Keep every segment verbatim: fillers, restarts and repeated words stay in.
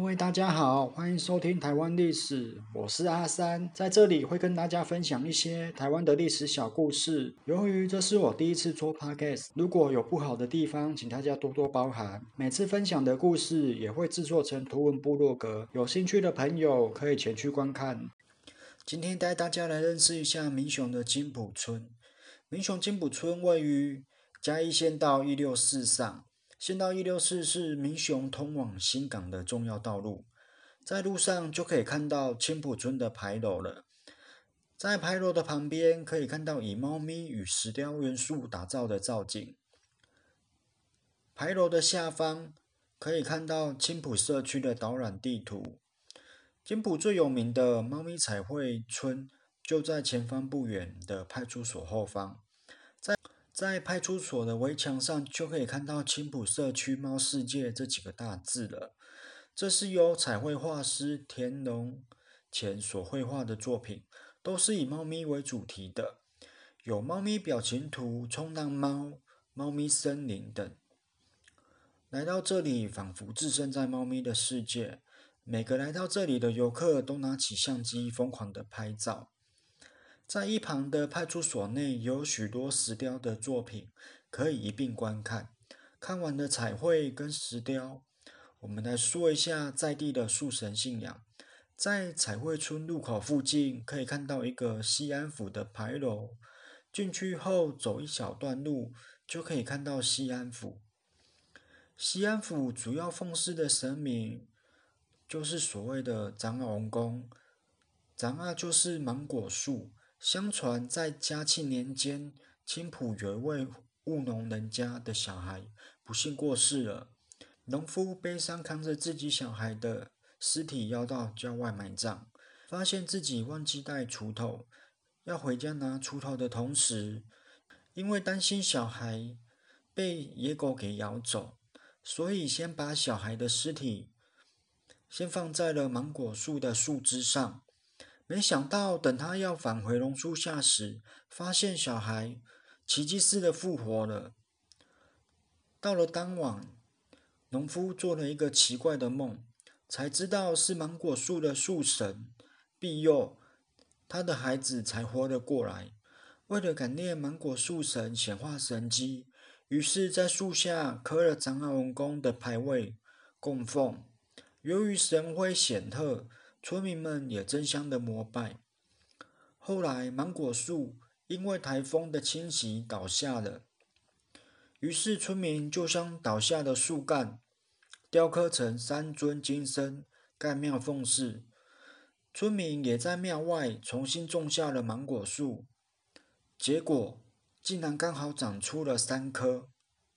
位大家好，欢迎收听台湾历史，我是阿三，在这里会跟大家分享一些台湾的历史小故事。由于这是我第一次做 podcast，如果有不好的地方，请大家多多包涵。每次分享的故事也会制作成图文部落格，有兴趣的朋友可以前去观看。今天带大家来认识一下民雄的金埔村。民雄金埔村位于嘉义县道一六四上。县道一六四是民雄通往新港的重要道路，在路上就可以看到青埔村的牌楼了。在牌楼的旁边，可以看到以猫咪与石雕元素打造的造景。牌楼的下方可以看到青埔社区的导览地图。金埔最有名的猫咪彩绘村就在前方不远的派出所后方。在派出所的围墙上就可以看到青埔社区猫世界这几个大字了。这是由彩绘画师田龙前所绘画的作品，都是以猫咪为主题的，有猫咪表情图、冲浪猫、猫咪森林等。来到这里，仿佛置身在猫咪的世界。每个来到这里的游客都拿起相机疯狂的拍照。在一旁的派出所内有许多石雕的作品，可以一并观看。看完了彩绘跟石雕，我们来说一下在地的树神信仰。在彩绘村入口附近，可以看到一个西安府的牌楼。进去后走一小段路，就可以看到西安府。西安府主要奉祀的神明，就是所谓的长老王公。长阿就是芒果树。相传在嘉庆年间，青埔有一位务农人家的小孩不幸过世了，农夫悲伤扛着自己小孩的尸体要到郊外埋葬，发现自己忘记带锄头，要回家拿锄头的同时，因为担心小孩被野狗给咬走，所以先把小孩的尸体先放在了芒果树的树枝上。没想到，等他要返回榕树下时，发现小孩奇迹似的复活了。到了当晚，农夫做了一个奇怪的梦，才知道是芒果树的树神庇佑他的孩子才活了过来。为了感念芒果树神显化神迹，于是在树下刻了长老王公的牌位供奉。由于神威显赫，村民们也争相的膜拜。后来芒果树因为台风的侵袭倒下了，于是村民就将倒下的树干雕刻成三尊金身，盖庙奉祀。村民也在庙外重新种下了芒果树，结果竟然刚好长出了三棵，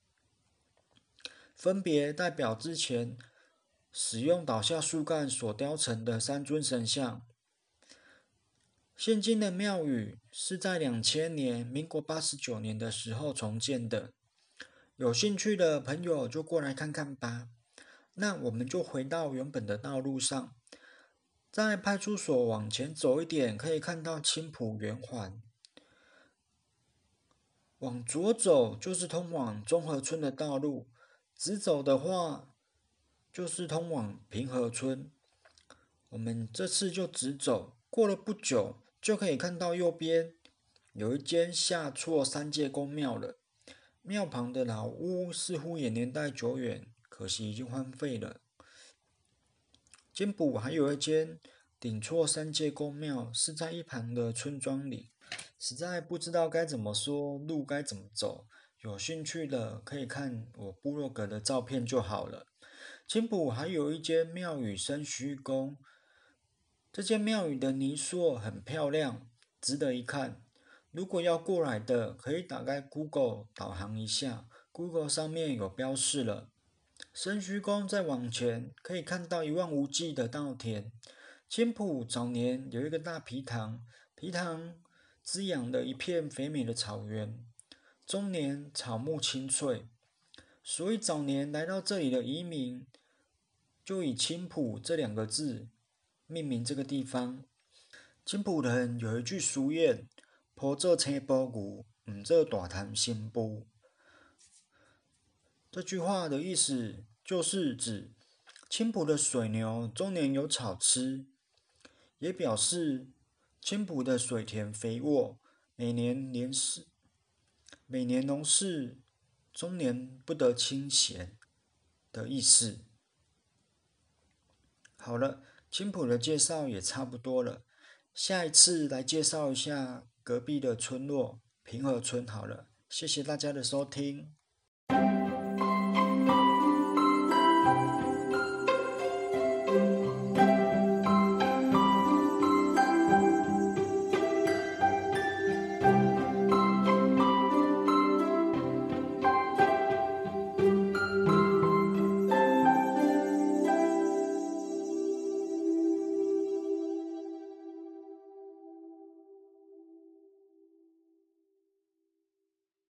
分别代表之前使用倒下树干所雕成的三尊神像。现今的庙宇是在两千年民国八十九年的时候重建的，有兴趣的朋友就过来看看吧。那我们就回到原本的道路上，在派出所往前走一点，可以看到青埔圆环。往左走就是通往中和村的道路，直走的话就是通往平和村。我们这次就直走，过了不久就可以看到右边有一间下错三界公庙了。庙旁的老屋似乎也年代久远，可惜已经荒废了。金埔还有一间顶错三界公庙，是在一旁的村庄里，实在不知道该怎么说，路该怎么走。有兴趣的可以看我部落格的照片就好了。金埔还有一间庙宇生虚宫，这间庙宇的泥塑很漂亮，值得一看。如果要过来的，可以打开 Google 导航一下 ，Google 上面有标示了。生虚宫再往前，可以看到一望无际的稻田。青埔早年有一个大埤塘，埤塘滋养了一片肥美的草原，终年草木青翠，所以早年来到这里的移民就以青埔这两个字命名这个地方。青埔人有一句俗谚：坡做青埔牛，唔做大潭新埔。这句话的意思就是指青浦的水牛终年有草吃，也表示青浦的水田肥沃，每年年事每年农事终年不得清闲的意思。好了，青浦的介绍也差不多了，下一次来介绍一下隔壁的村落平和村好了。谢谢大家的收听。